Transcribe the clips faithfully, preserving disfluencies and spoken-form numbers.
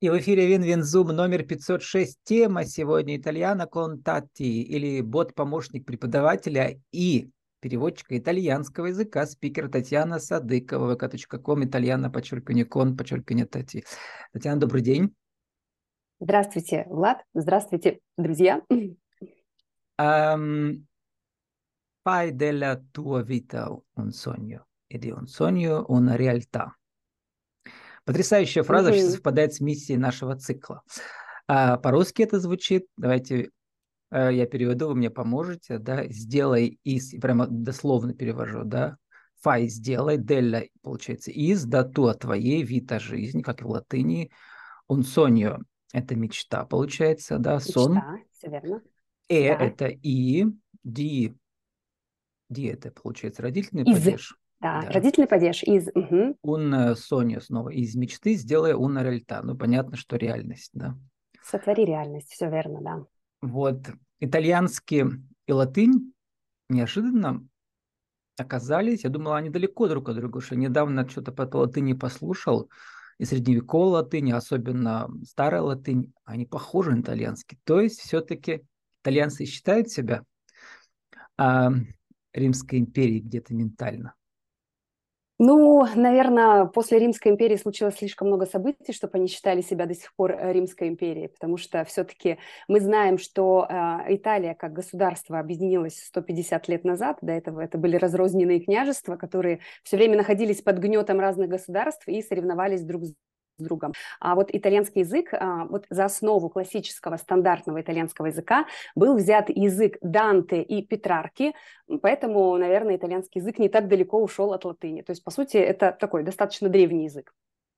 И в эфире Винвинзум номер пятьсот шесть. Тема сегодня «Итальяно контатти» или бот-помощник преподавателя и переводчика итальянского языка, спикер Татьяна Садыкова, вэ ка точка ком, итальяно, подчеркивание, кон, подчеркивание, тати. Татьяна, добрый день. Здравствуйте, Влад. Здравствуйте, друзья. Um, fai della tua vita un sogno, ed è un sogno una realtà. Потрясающая фраза вообще Мгм. совпадает с миссией нашего цикла. А по-русски это звучит, давайте э, я переведу, вы мне поможете, да, сделай из, прямо дословно перевожу, да, фай сделай, делля, получается, из, да, ту твоей, вита жизнь, как и в латыни, un sogno, это мечта, получается, да, сон, Мечта, все верно. э, Да. это и, ди, ди, это, получается, родительный Из. падеж, Да. да, Родительный падеж. Из. Мгм. un sogno снова, из мечты сделай una realtà, ну, понятно, что реальность, да. Сотвори реальность. Все верно, да. Вот, итальянский и латынь неожиданно оказались, я думал, они далеко друг от друга, что недавно что-то по латыни послушал, и средневековой латыни, особенно старая латынь, они похожи на итальянский. То есть все-таки итальянцы считают себя а, Римской империей где-то ментально. Ну, наверное, после Римской империи случилось слишком много событий, чтобы они считали себя до сих пор э, Римской империей, потому что все-таки мы знаем, что э, Италия как государство объединилась сто пятьдесят лет назад. До этого это были разрозненные княжества, которые все время находились под гнетом разных государств и соревновались друг с другом. А вот итальянский язык, а, вот за основу классического стандартного итальянского языка был взят язык Данте и Петрарки, поэтому, наверное, итальянский язык не так далеко ушел от латыни. То есть, по сути, это такой достаточно древний язык.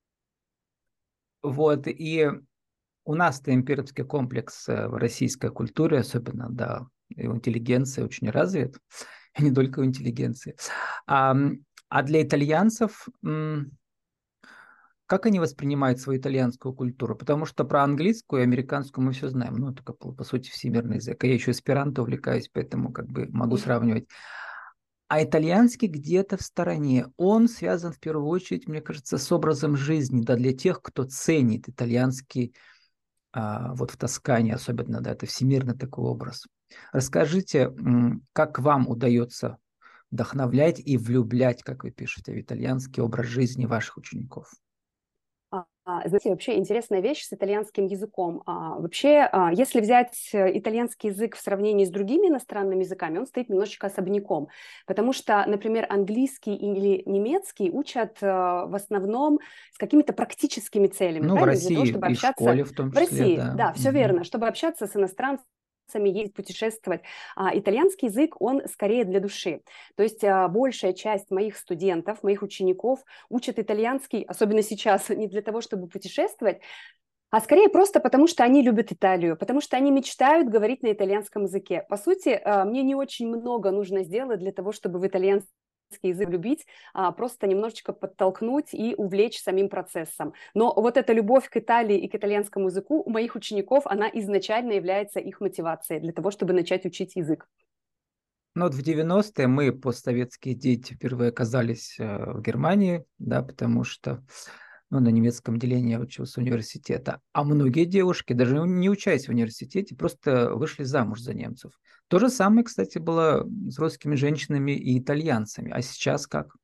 Вот, и у нас-то имперский комплекс э, в российской культуре, особенно, да, и у интеллигенции очень развит, и не только у интеллигенции. А, м, а для итальянцев... м, как они воспринимают свою итальянскую культуру? Потому что про английскую и американскую мы все знаем. Ну, это, как, по по сути, всемирный язык. А я еще эсперанто увлекаюсь, поэтому как бы могу сравнивать. А итальянский где-то в стороне. Он связан в первую очередь, мне кажется, с образом жизни, да, для тех, кто ценит итальянский, а, вот в Тоскане особенно, да, это всемирный такой образ. Расскажите, м, как вам удается вдохновлять и влюблять, как вы пишете, в итальянский образ жизни ваших учеников? А, а, Знаете, вообще интересная вещь с итальянским языком. А, Вообще, а, если взять э, итальянский язык в сравнении с другими иностранными языками, он стоит немножечко особняком, потому что, например, английский или немецкий учат э, в основном с какими-то практическими целями, Ну, в правильно? Для того, России чтобы и в общаться школе в том в числе, России. да. Да, все Мгм. верно, чтобы общаться с иностранцами, ездить, путешествовать. А итальянский язык, он скорее для души. То есть а, большая часть моих студентов, моих учеников учат итальянский, особенно сейчас, не для того, чтобы путешествовать, а скорее просто потому, что они любят Италию, потому что они мечтают говорить на итальянском языке. По сути, а, мне не очень много нужно сделать для того, чтобы в итальянский язык любить, а, просто немножечко подтолкнуть и увлечь самим процессом. Но вот эта любовь к Италии и к итальянскому языку у моих учеников, она изначально является их мотивацией для того, чтобы начать учить язык. Ну, вот в девяностые мы, постсоветские дети, впервые оказались э, в Германии, да, потому что ну, на немецком отделении я учился университета. А многие девушки, даже не учась в университете, просто вышли замуж за немцев. То же самое, кстати, было с русскими женщинами и итальянцами. А сейчас как?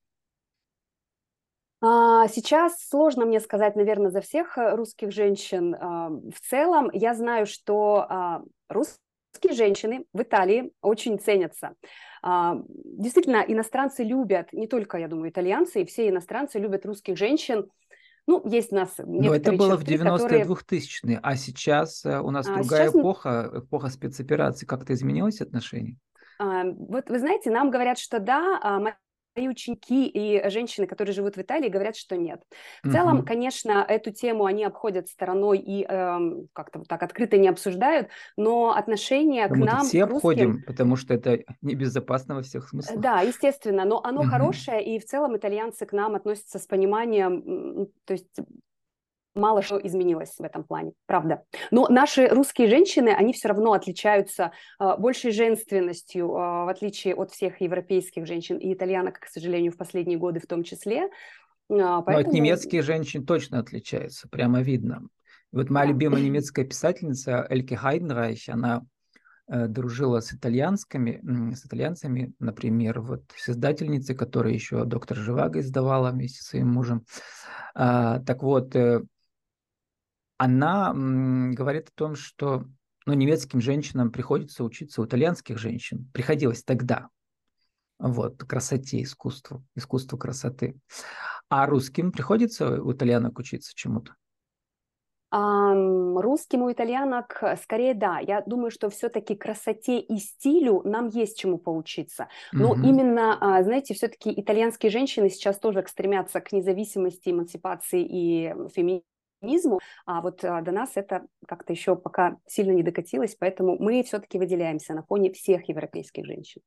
А, Сейчас сложно мне сказать, наверное, за всех э, русских женщин. А, В целом, я знаю, что а, русские женщины в Италии очень ценятся. А, Действительно, иностранцы любят, не только, я думаю, итальянцы, и все иностранцы любят русских женщин. Ну, есть у нас Но это некоторые было в черты, девяностые которые двухтысячные, а сейчас э, у нас а, другая сейчас эпоха, эпоха спецопераций. Как-то изменилось отношение? А, Вот вы знаете, нам говорят, что да, а мои ученики и женщины, которые живут в Италии, говорят, что нет. В целом, Мгм. конечно, эту тему они обходят стороной и эм, как-то вот так открыто не обсуждают, но отношение Да к мы тут нам, все к русским, обходим, потому что это небезопасно во всех э, смыслах. да, естественно, но оно Мгм. хорошее, и в целом итальянцы к нам относятся с пониманием, м, то есть мало что изменилось в этом плане, правда. Но наши русские женщины, они все равно отличаются э, большей женственностью, э, в отличие от всех европейских женщин и итальянок, к сожалению, в последние годы в том числе. А, Но от поэтому немецких женщин точно отличается, прямо видно. Вот моя Да. любимая немецкая писательница Эльке Хайденрайх, она э, дружила с итальянскими, м, с итальянцами, например, вот с издательницей, которая еще «Доктор Живаго» издавала вместе со своим мужем. А, так вот, э, она м, говорит о том, что ну, немецким женщинам приходится учиться у итальянских женщин. Приходилось тогда. Вот, красоте, искусству, искусству красоты. А русским приходится у итальянок учиться чему-то? Ам, русским у итальянок э, скорее да. Я думаю, что все-таки красоте и стилю нам есть чему поучиться. Но Мгм. именно, а, знаете, все-таки итальянские женщины сейчас тоже стремятся к независимости, эмансипации и феминизму, а вот а, до нас это как-то еще пока сильно не докатилось, поэтому мы все-таки выделяемся на фоне всех европейских женщин.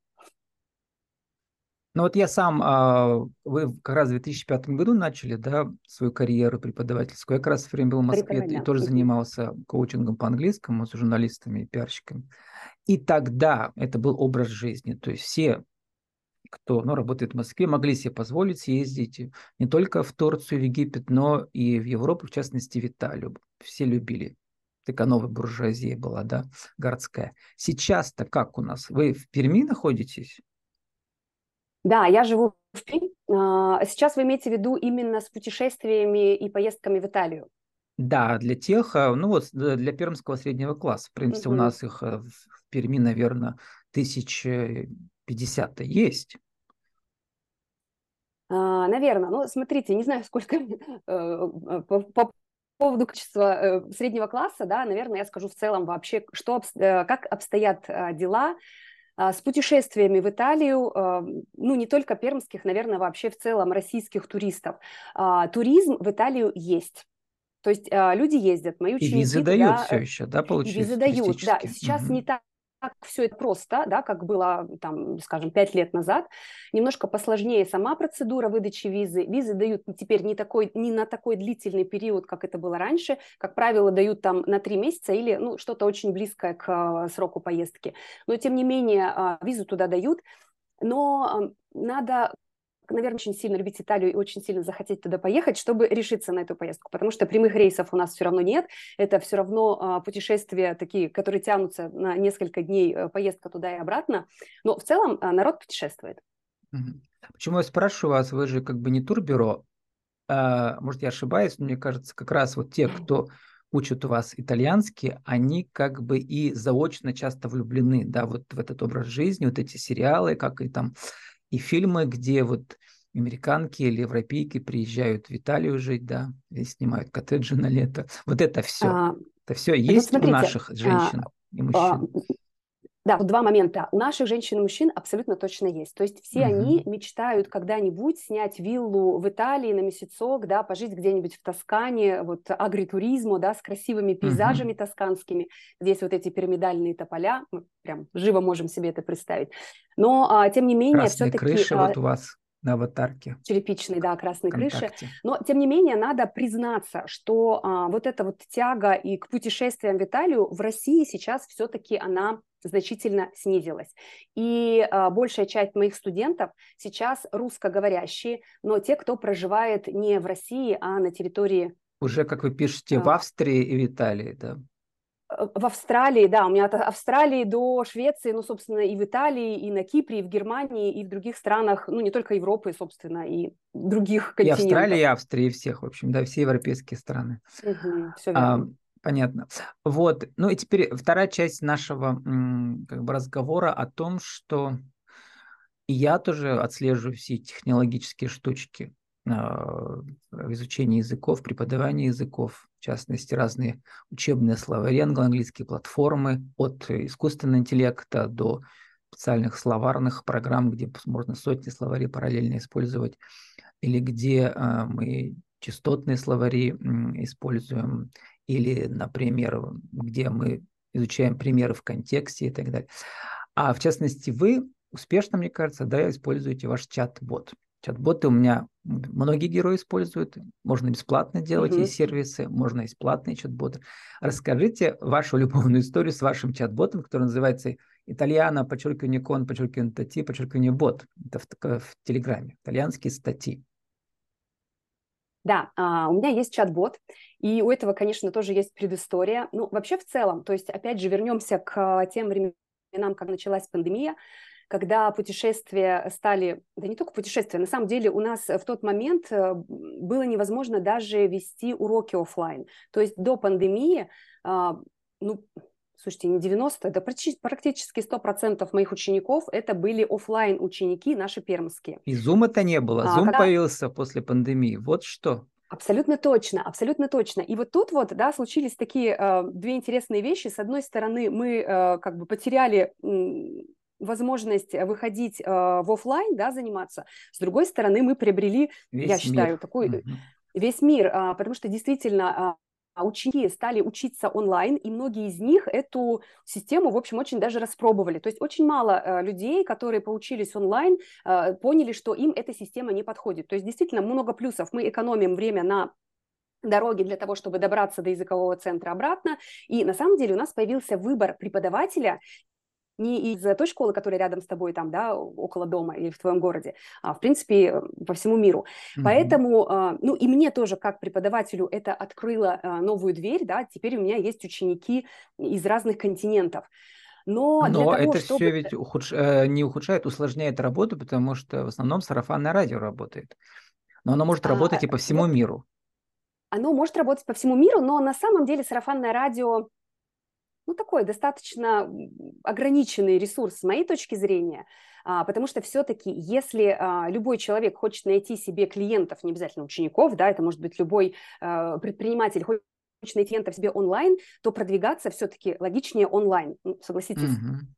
Ну вот я сам, а, вы как раз в две тысячи пятом году начали, да, свою карьеру преподавательскую. Я как раз в время был в Москве Преподавать, и да. тоже Мгм. занимался коучингом по английскому с журналистами и пиарщиками. И тогда это был образ жизни. То есть все, кто ну, работает в Москве, могли себе позволить съездить не только в Турцию, в Египет, но и в Европу, в частности, в Италию. Все любили. Такая новая буржуазия была, да, городская. Сейчас-то как у нас? Вы в Перми находитесь? Да, я живу в Перми. А, Сейчас вы имеете в виду именно с путешествиями и поездками в Италию? Да, для тех, а, ну вот д- для пермского среднего класса, в принципе, у Мгм. нас их а, в в Перми, наверное, тысяч пятьдесят есть. А, наверное. Ну, смотрите, не знаю, сколько э, по, по поводу качества э, среднего класса, да, наверное, я скажу в целом вообще, что, обс- э, как обстоят э, дела а, с путешествиями в Италию, э, ну, не только пермских, наверное, вообще в целом российских туристов. А, Туризм в Италию есть. То есть а, люди ездят, мои И визы ученики дают туда все э, еще, да, и визы получается, дают. Да, туристические. сейчас не Мгм. так все это просто, да, как было, там, скажем, пять лет назад. Немножко посложнее сама процедура выдачи визы. Визы дают теперь не, такой, не на такой длительный период, как это было раньше. Как правило, дают там на три месяца или ну, что-то очень близкое к а, сроку поездки. Но, тем не менее, а, визу туда дают. Но а, надо, наверное, очень сильно любить Италию и очень сильно захотеть туда поехать, чтобы решиться на эту поездку, потому что прямых рейсов у нас все равно нет, это все равно а, путешествия такие, которые тянутся на несколько дней, а, поездка туда и обратно, но в целом а, народ путешествует. Мгм. Почему я спрашиваю вас, вы же как бы не турбюро, а, может, я ошибаюсь, но мне кажется, как раз вот те, кто учат у вас итальянский, они как бы и заочно часто влюблены, да, вот в этот образ жизни, вот эти сериалы, как и там, и фильмы, где вот американки или европейки приезжают в Италию жить, да, и снимают коттеджи на лето. Вот это все. А, Это все вот есть у смотрите, наших а, женщин и а, мужчин. да, вот два момента. У наших женщин и мужчин абсолютно точно есть. То есть все они Мгм. мечтают когда-нибудь снять виллу в Италии на месяцок, да, пожить где-нибудь в Тоскане, вот агритуризму, да, с красивыми пейзажами Мгм. тосканскими. Здесь вот эти пирамидальные тополя, мы прям живо можем себе это представить. Но, а, тем не менее, Красные все-таки крыши вот у вас на аватарке черепичной, да, красной крыши. ВКонтакте. Но, тем не менее, надо признаться, что а, вот эта вот тяга и к путешествиям в Италию в России сейчас все-таки она значительно снизилась. И а, большая часть моих студентов сейчас русскоговорящие, но те, кто проживает не в России, а на территории Уже, как вы пишете, в а, Австрии и в Италии, да. Э, в Австралии, да, у меня от Австралии до Швеции, ну, собственно, и в Италии, и на Кипре, и в Германии, и в других странах, ну, не только Европы, собственно, и других И Австралии, континентов. и Австрии, и всех, в общем, да, все европейские страны. Мгм, все А, верно. понятно. Вот. Ну и теперь вторая часть нашего м, как бы разговора о том, что я тоже отслеживаю все технологические штучки а, в изучении языков, преподавании языков, в частности, разные учебные словари, англо-английские платформы, от искусственного интеллекта до специальных словарных программ, где можно сотни словарей параллельно использовать, или где а, мы частотные словари м, используем, или, например, где мы изучаем примеры в контексте и так далее. А в частности, вы успешно, мне кажется, да, используете ваш чат-бот. Чат-боты у меня многие герои используют. Можно бесплатно делать и Мгм. сервисы, можно и бесплатные чат-боты. Расскажите вашу любовную историю с вашим чат-ботом, который называется Итальяно, подчеркивание кон, подчеркивание статьи, подчеркивание бот. Это в, в Телеграме. Итальянские статьи. Да, а, у меня есть чат-бот, и у этого, конечно, тоже есть предыстория. Ну, вообще в целом, то есть, опять же, вернемся к тем временам, как началась пандемия, когда путешествия стали, да не только путешествия, на самом деле у нас в тот момент э, было невозможно даже вести уроки оффлайн. То есть до пандемии, а, ну, слушайте, не девяносто, это практи- практически сто процентов моих учеников это были оффлайн ученики наши пермские. И зума-то не было. А, Зум когда появился после пандемии. Вот что. Абсолютно точно, абсолютно точно. И вот тут вот, да, случились такие э, две интересные вещи. С одной стороны, мы э, как бы потеряли м, возможность выходить э, в оффлайн, да, заниматься. С другой стороны, мы приобрели, я Весь считаю, мир. такой э, Мгм. весь мир, а, потому что действительно а, а ученики стали учиться онлайн, и многие из них эту систему, в общем, очень даже распробовали. То есть очень мало э, людей, которые поучились онлайн, э, поняли, что им эта система не подходит. То есть действительно много плюсов. Мы экономим время на дороги для того, чтобы добраться до языкового центра обратно. И на самом деле у нас появился выбор преподавателя не из той школы, которая рядом с тобой, там, да, около дома или в твоем городе, а в принципе по всему миру. Мгм. Поэтому, а, ну и мне тоже как преподавателю это открыло а, новую дверь, да, теперь у меня есть ученики из разных континентов. Но для Но того, это чтобы все ведь ухудш... э, не ухудшает, усложняет работу, потому что в основном сарафанное радио работает. Но оно может работать а, и по всему вот миру. оно может работать по всему миру, но на самом деле сарафанное радио ну, такой достаточно ограниченный ресурс с моей точки зрения, а, потому что все-таки, если а, любой человек хочет найти себе клиентов, не обязательно учеников, да, это может быть любой а, предприниматель, хочет найти клиентов себе онлайн, то продвигаться все-таки логичнее онлайн, ну, согласитесь. Мгм.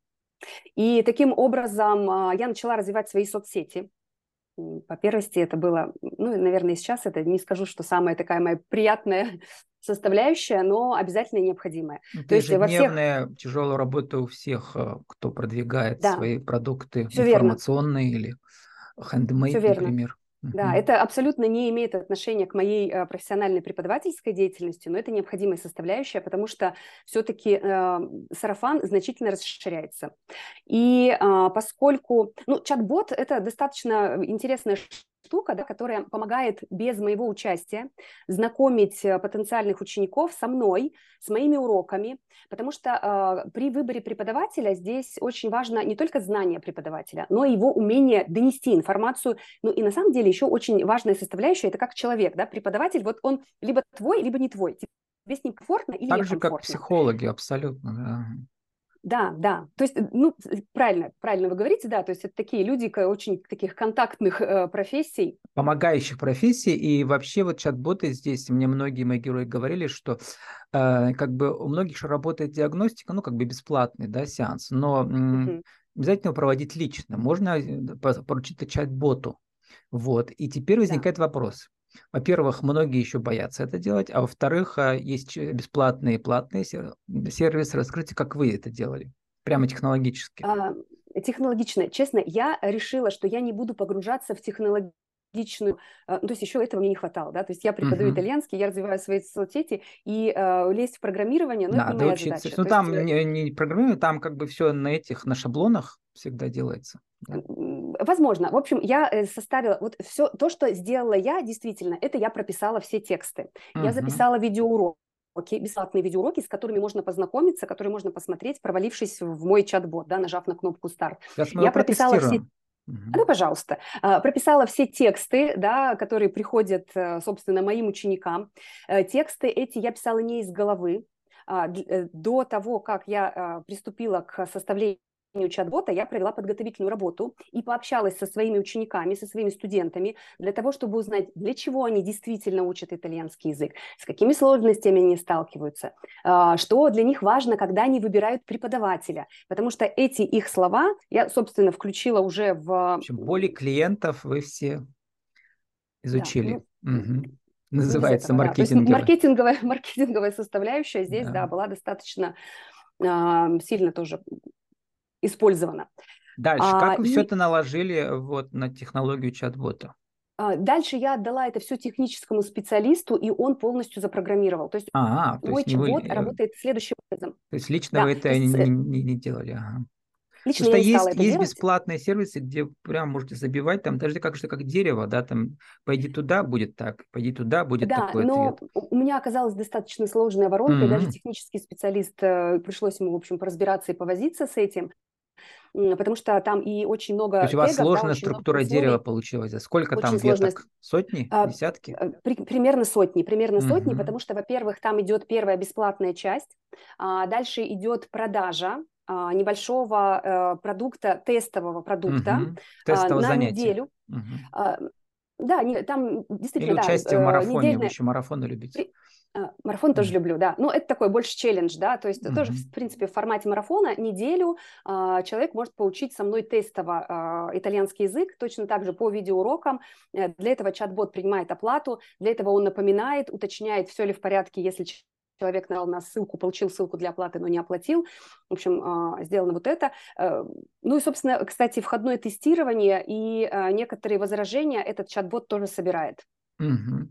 И таким образом а, я начала развивать свои соцсети. М, По первости это было, ну, и, наверное, и сейчас это не скажу, что самая такая моя приятная составляющая, но обязательно необходимая. Это То есть во всех, ежедневная тяжелая работа у всех, э, кто продвигает да, свои продукты все верно, информационные или все handmade, верно. например. Да, Мгм. это абсолютно не имеет отношения к моей э, профессиональной преподавательской деятельности, но это необходимая составляющая, потому что все-таки э, сарафан значительно расширяется. И э, поскольку, ну, чат-бот– это достаточно интересная штука, да, которая помогает без моего участия знакомить э, потенциальных учеников со мной, с моими уроками, потому что э, при выборе преподавателя здесь очень важно не только знание преподавателя, но и его умение донести информацию. Ну и на самом деле еще очень важная составляющая– это как человек, да, преподаватель, вот он либо твой, либо не твой. Тебе с ним комфортно или Так же, как некомфортно. психологи, абсолютно. Да. Да, да. То есть, э, ну, э, правильно, правильно вы говорите, да, то есть это такие люди ка- очень таких контактных э, профессий. Помогающих профессий. И вообще вот чат-боты здесь, мне многие мои герои говорили, что э, как бы у многих же работает диагностика, ну как бы бесплатный, да, сеанс, но м, Мгм. обязательно его проводить лично. Можно э, по- поручить это чат-боту. Вот. И теперь Да. возникает вопрос. Во-первых, многие еще боятся это делать, а во-вторых, э, есть ч- бесплатные и платные сер- сервисы. Расскажите, как вы это делали, прямо технологически. А, технологично. Честно, я решила, что я не буду погружаться в технологичную, а, ну, то есть еще этого мне не хватало, да, то есть я преподаю Мгм. итальянский, я развиваю свои соцсети, и э, лезть в программирование, ну, это не Надо моя учиться. задача. Ну, То есть там э, не, не программирование, там как бы все на этих, на шаблонах всегда делается. Да. м, возможно. В общем, я э, составила, вот все то, что сделала я, действительно, это я прописала все тексты. Я Мгм. записала видеоурок. Окей, бесплатные видеоуроки, с которыми можно познакомиться, которые можно посмотреть, провалившись в мой чат-бот, да, нажав на кнопку «Старт». Сейчас мы его Я прописала все. протестируем. А, ну, Мгм. пожалуйста. А, Прописала все тексты, да, которые приходят, э, собственно, моим ученикам. Э, Тексты эти я писала не из головы. А, д- э, До того, как я а, приступила к составлению чат-бота, я провела подготовительную работу и пообщалась со своими учениками, со своими студентами, для того, чтобы узнать, для чего они действительно учат итальянский язык, с какими сложностями они сталкиваются, а, что для них важно, когда они выбирают преподавателя. Потому что эти их слова я, собственно, включила уже В в... общем, боли клиентов вы все Да, изучили. ну, Мгм. не без Называется этого, да. То есть маркетингово. маркетинговая, маркетинговая составляющая здесь, Да. да, была достаточно а, сильно тоже использована. Дальше, А, как вы все и это наложили вот на технологию чат-бота? а, дальше я отдала это все техническому специалисту, и он полностью запрограммировал. То есть А, то мой есть не вы, чат-бот э, работает следующим образом. то есть лично Да, вы то это есть не, э, не, не делали. Ага. Лично Потому я что не стала есть, это есть делать. бесплатные сервисы, где прям можете забивать, там даже как что как дерево, да, там пойди туда, будет так, пойди туда, будет Да, такой но ответ. у у меня оказалась достаточно сложная воронка, и даже М. технический специалист, э, пришлось ему, в общем, поразбираться и повозиться с этим, м, потому что там и очень То есть много у вас тегов, да, сложная очень много структура дерева условий, получилась. А сколько там очень сложная. веток? Сотни? А, Десятки? э, при- примерно сотни, примерно сотни, Угу. потому что, во-первых, там идет первая бесплатная часть, а дальше идет продажа а, небольшого э, продукта, тестового продукта Угу. а, Тестовое на занятие. неделю. Угу. А, Да, не- там Или действительно, да, участие в э, марафоне. Вы недельная. еще марафоны любите. при- а, Марафон тоже люблю, да. Но это такой больше челлендж, да, то есть тоже, Угу. в принципе, в формате марафона неделю а, человек может получить со мной тестово а, итальянский язык, точно так же по видеоурокам. Э, Для этого чат-бот принимает оплату, для этого он напоминает, уточняет, все ли в порядке, если ч- человек нажал на ссылку, получил ссылку для оплаты, но не оплатил. В общем, а, сделано вот это. Э, Ну и, собственно, кстати, входное тестирование и а, некоторые возражения этот чат-бот тоже собирает. Угу.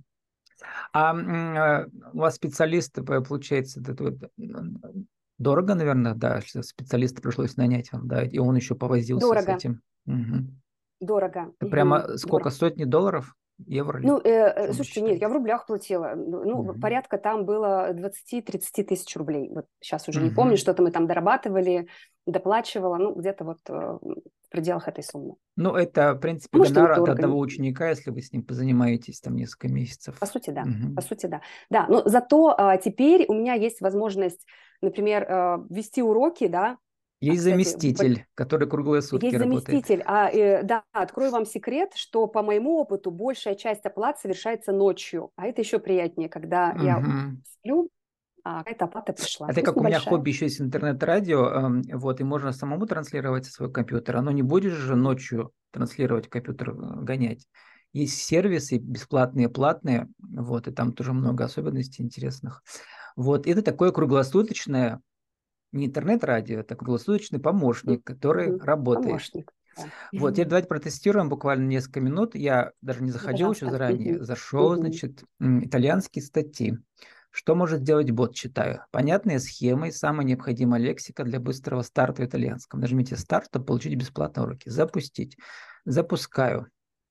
А м, э, у вас специалисты, п- получается, это вот, м, дорого, наверное, да, что специалиста пришлось нанять вам, да, и он еще повозился с Дорого, этим. Мгм. дорого, Это мгм, прямо сколько, дорого. сотни долларов, евро ли? Ну, э, э, Что вы слушайте, нет, я в считаете? рублях платила. Ну, ну, Мгм. порядка там было двадцать-тридцать тысяч рублей. Вот сейчас уже не помню, Мгм. что-то мы там дорабатывали, доплачивала, ну, где-то вот э, в пределах этой суммы. Ну, это, в А принципе, может, и гонорар от недорого. одного ученика, если вы с ним позанимаетесь там несколько По месяцев. сути, да. По Мгм. сути, да. Да, но зато а, теперь у меня есть возможность, например, э, вести уроки, да. А, Есть кстати, б- заместитель, который круглые сутки есть работает. заместитель. А, э, да, открою вам секрет, что по моему опыту большая часть оплат совершается ночью. А это еще приятнее, когда я Мгм. сплю, а какая-то оплата пришла, Это пусть как у меня небольшая. хобби еще есть интернет-радио, эм, вот, и можно самому транслировать со своего компьютера. Но не будешь же ночью транслировать компьютер, э, гонять. Есть сервисы бесплатные, платные, вот, и там тоже много особенностей интересных. Вот, и это такое круглосуточное, не интернет-радио, это круглосуточный помощник, который Мгм. работает. Помощник. Да. Вот, теперь давайте протестируем буквально несколько минут. Я даже не Да, заходил еще пожалуйста. заранее. Мгм. Зашел, Мгм. значит, м, итальянские статьи. Что может делать бот, читаю. Понятные схемы и самая необходимая лексика для быстрого старта в итальянском. Нажмите «Старт», чтобы получить бесплатные уроки. Запустить. Запускаю.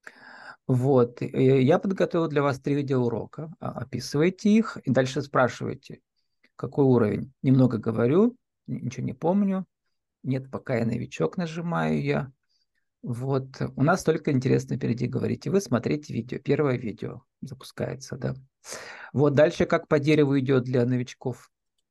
Вот. и Я подготовил для вас три видеоурока. А, Описывайте их и дальше спрашиваете, какой уровень. Немного говорю, н- ничего не помню. Нет, пока я новичок, нажимаю я. Вот, у нас только интересно впереди говорите. Вы смотрите видео, первое видео запускается, да. Вот дальше как по дереву идет для новичков.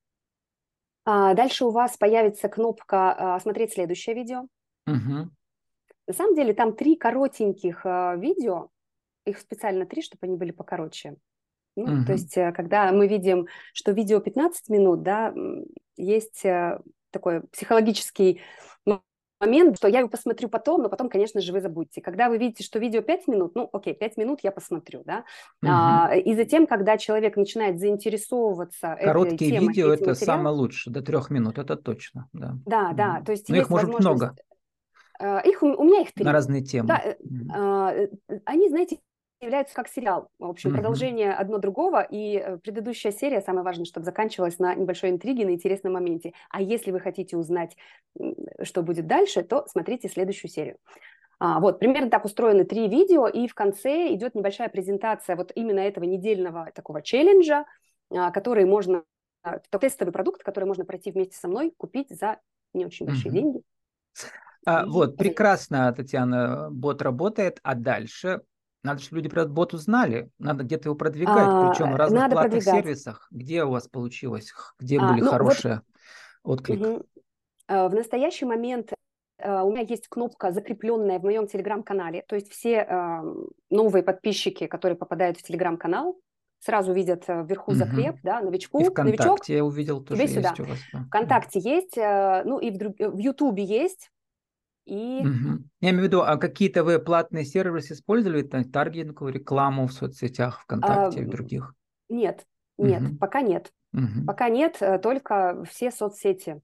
А дальше у вас появится кнопка а, «Смотреть следующее видео». Угу, На самом деле там три коротеньких а, видео, их специально три, чтобы они были покороче. Ну, то угу. есть, э, когда мы видим, что видео пятнадцать минут, да, м, есть э, такой психологический м- момент, что я его посмотрю потом, но потом, конечно же, вы забудете. Когда вы видите, что видео пять минут, ну, окей, пять минут я посмотрю, да. Угу. А, и затем, когда человек начинает заинтересовываться этой Короткие темой, видео этим это материалом, самое лучшее, до трех минут, это точно, да. да, да, Мгм. то есть Но их есть может быть возможность. много Э, Их, у у меня их на три. разные Да, темы. э, Мгм. а, э, они, знаете, являются как сериал. В общем, Мгм. продолжение одно другого. И э, предыдущая серия, самое важное, чтобы заканчивалась на небольшой интриге, на интересном моменте. А если вы хотите узнать, м, что будет дальше, то смотрите следующую серию. А, вот, примерно так устроены три видео, и в конце идет небольшая презентация вот именно этого недельного такого челленджа, а, который можно, а, это тестовый продукт, который можно пройти вместе со мной, купить за не очень большие Мгм. деньги А, и вот, позаниматься. прекрасно, Татьяна, бот работает, а дальше надо, чтобы люди про этот бот узнали, надо где-то его продвигать, причем в А, разных надо платных продвигать. сервисах. Где у вас получилось, х- где А, были ну вот хорошие отклик? мгм. А, в настоящий момент а, у меня есть кнопка, закрепленная в моем телеграм-канале. То есть все а, новые подписчики, которые попадают в телеграм-канал, сразу видят а, вверху закреп, Мгм. да, И новичку, новичок, ВКонтакте я увидел, тебе тоже есть сюда. у вас, да. Мгм. ВКонтакте есть, а, ну и в, друг- в Ютубе есть. И Мгм. Я имею в виду, а какие-то вы платные сервисы использовали, там, таргетинговую рекламу в соцсетях, а, ВКонтакте и в других? нет, нет, Мгм. пока нет. Мгм. Пока нет, э, только все соцсети.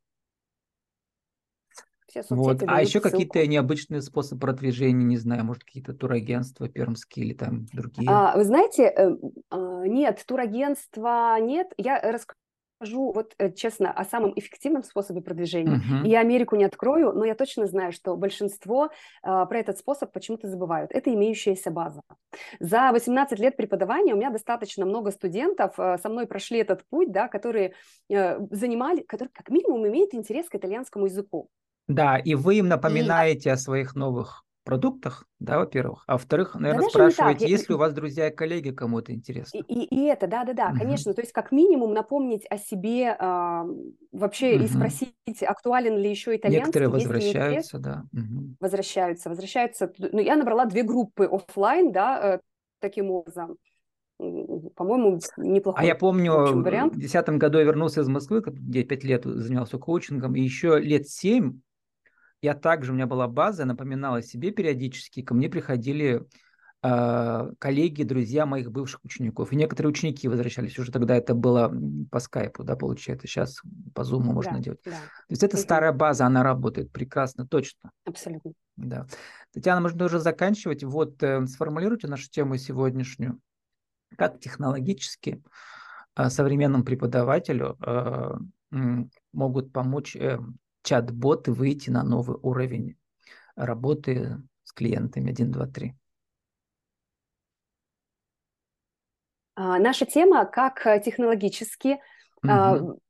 Все Вот. соцсети А дают еще какие-то ссылку. необычные способы продвижения, не знаю, может, какие-то турагентства пермские или там другие? А, вы знаете, э, а, нет, турагентства нет. Я расскажу. скажу, вот э, честно, о самом эффективном способе продвижения. И Мгм. я Америку не открою, но я точно знаю, что большинство э, про этот способ почему-то забывают. Это имеющаяся база. За восемнадцать лет преподавания у меня достаточно много студентов э, со мной прошли этот путь, да, которые э, занимали, которые как минимум имеют интерес к итальянскому языку. Да, и вы им И напоминаете о своих новых продуктах, да, во-первых. А во-вторых, да наверное, даже не так. спрашиваете, Я- есть ли у вас друзья и коллеги, кому это И, интересно. и, и это, да-да-да, Мгм. конечно. То есть как минимум напомнить о себе а, вообще и Мгм. спросить, актуален ли еще Некоторые итальянский, есть ли интерес. возвращаются, да. Мгм. Возвращаются, возвращаются. туда. Ну, я набрала две группы оффлайн, да, э, таким образом. М, По-моему, А я неплохой, помню, в общем, в вариант. две тысячи десятом году я вернулся из Москвы, как- где пять лет занимался коучингом, и еще лет семь я также, у меня была база, напоминала о себе периодически, ко мне приходили э, коллеги, друзья моих бывших учеников. И некоторые ученики возвращались, уже тогда это было м, по скайпу, да, получается, сейчас по зуму можно Да, делать. да. То есть это Мгм. старая база, она работает прекрасно, точно. Абсолютно. Да. Татьяна, можно уже заканчивать. Вот э, сформулируйте нашу тему сегодняшнюю. Как технологически э, современному преподавателю э, м, могут помочь э, чат-боты выйти на новый уровень работы с клиентами один, два, три? А, наша тема, как э, технологически, а, Мгм.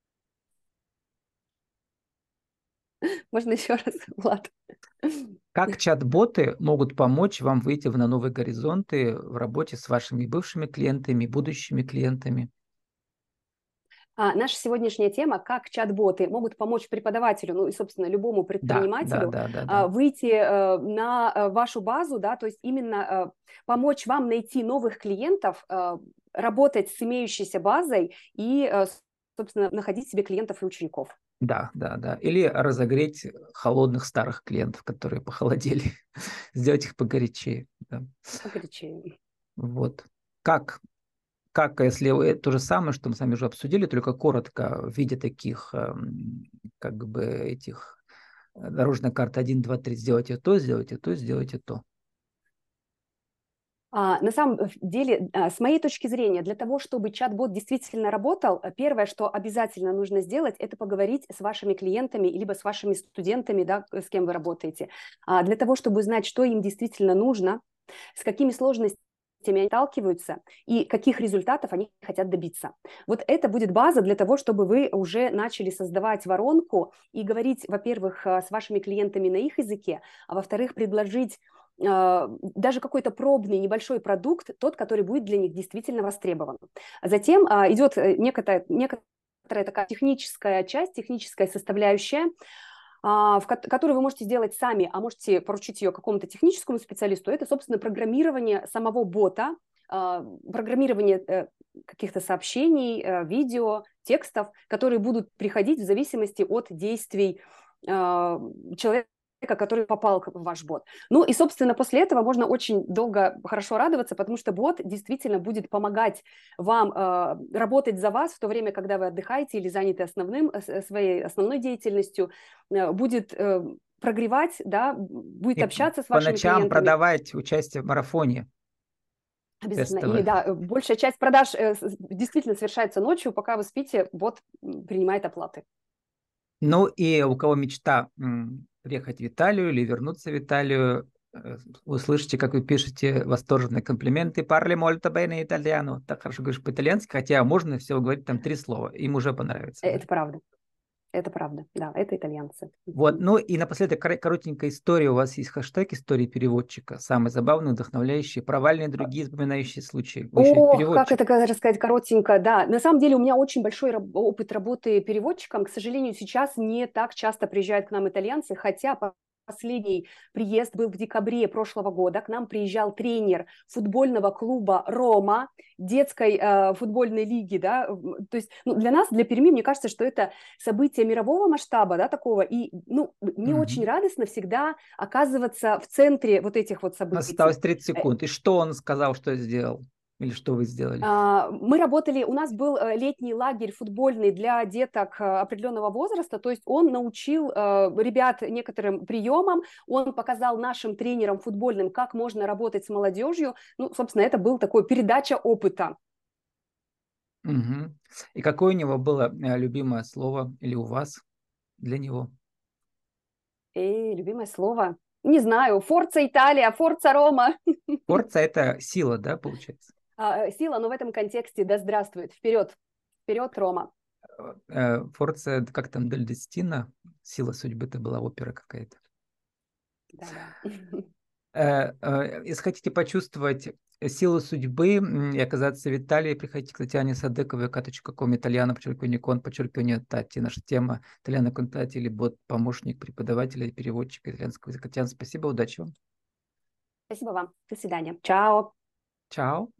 можно еще раз, Влад? Как чат-боты могут помочь вам выйти в- на новые горизонты в работе с вашими бывшими клиентами, будущими клиентами? А, наша сегодняшняя тема, как чат-боты могут помочь преподавателю, ну и, собственно, любому Да, да, предпринимателю да, да, а, да. выйти э, на э, вашу базу, да, то есть именно э, помочь вам найти новых клиентов, э, работать с имеющейся базой и, э, с- собственно, находить себе клиентов и учеников. Да, да, да. Или разогреть холодных старых клиентов, которые похолодели, сделать их погорячее. Да. Погорячее. Вот. Как, как, если вы- то же самое, что мы с вами уже обсудили, только коротко, в виде таких, эм, как бы, этих э, дорожная карта один, два, три, сделайте то, сделайте то, сделайте то. А, на самом деле, а, с моей точки зрения, для того, чтобы чат-бот действительно работал, э, первое, что обязательно нужно сделать, это поговорить с вашими клиентами либо с вашими студентами, да, с кем вы работаете, а, для того, чтобы знать, что им действительно нужно, с какими сложностями они сталкиваются и каких результатов они хотят добиться. Вот это будет база для того, чтобы вы уже начали создавать воронку и говорить, во-первых, э, с вашими клиентами на их языке, а во-вторых, предложить э, даже какой-то пробный небольшой продукт, тот, который будет для них действительно востребован. Затем а, идет э, некоторая, некоторая такая техническая часть, техническая составляющая, а, в ко- которую вы можете сделать сами, а можете поручить ее какому-то техническому специалисту. Это, собственно, программирование самого бота, а, программирование э, каких-то сообщений, э, видео, текстов, которые будут приходить в зависимости от действий а, человека, который попал в ваш бот. Ну и, собственно, после этого можно очень долго хорошо радоваться, потому что бот действительно будет помогать вам э, работать за вас в то время, когда вы отдыхаете или заняты основным, э, своей основной деятельностью, э, будет э, прогревать, да, будет И п- общаться с по вашими ночам клиентами. продавать участие в марафоне Обязательно. И тестовых. да, э, большая часть продаж э, с- действительно совершается ночью, пока вы спите, бот м, принимает оплаты. Ну и у кого мечта м, приехать в Италию или вернуться в Италию, э, вы слышите, как вы пишете восторженные комплименты. Parli molto bene italiano. Так хорошо говоришь по-итальянски, хотя можно всего говорить там три слова. Им уже понравится, Э, да? Это правда. Это правда. Да, это итальянцы. Вот, Мгм. ну и напоследок кор- коротенькая история. У вас есть хэштег истории переводчика. Самый забавный, вдохновляющий, провальные другие запоминающие случаи. Вы еще и Ох, как переводчик. это ка- рассказать коротенько, да. На самом деле у меня очень большой раб- опыт работы переводчиком. К сожалению, сейчас не так часто приезжают к нам итальянцы, хотя по- последний приезд был в декабре прошлого года. К нам приезжал тренер футбольного клуба «Рома», детской э, футбольной лиги, да. В- То есть ну, для нас, для Перми, мне кажется, что это событие мирового масштаба, да, такого. И ну, мне очень Мгм. радостно всегда оказываться в центре вот этих вот У нас осталось событий. тридцать Э, секунд. И что он сказал, что сделал? Или что вы сделали? А, Мы работали, у нас был э, летний лагерь футбольный для деток э, определенного возраста, то есть он научил э, ребят некоторым приемам, он показал нашим тренерам футбольным, как можно работать с молодежью. Ну, собственно, это был такой передача опыта. Мгм. И какое у него было э, любимое слово или у вас для него? И любимое слово? Не знаю. Форца Италия, Форца Рома. Форца – это сила, да, получается? А, э, Сила, но в этом контексте да здравствует. Вперед, вперед, Рома. Э, Форца – это как там Дель Дестино, сила судьбы, это была опера какая-то. Да-да. Э, э, Если хотите почувствовать силу судьбы м, и оказаться в Италии, приходите к Татьяне Садыковой, ком, итальяно, подчеркивание, кон, подчеркивание, тати. Наша тема итальяно контати или бот, помощник преподавателя и переводчика итальянского языка. Татьяна, спасибо, удачи вам. Спасибо вам. До свидания. Чао. Чао.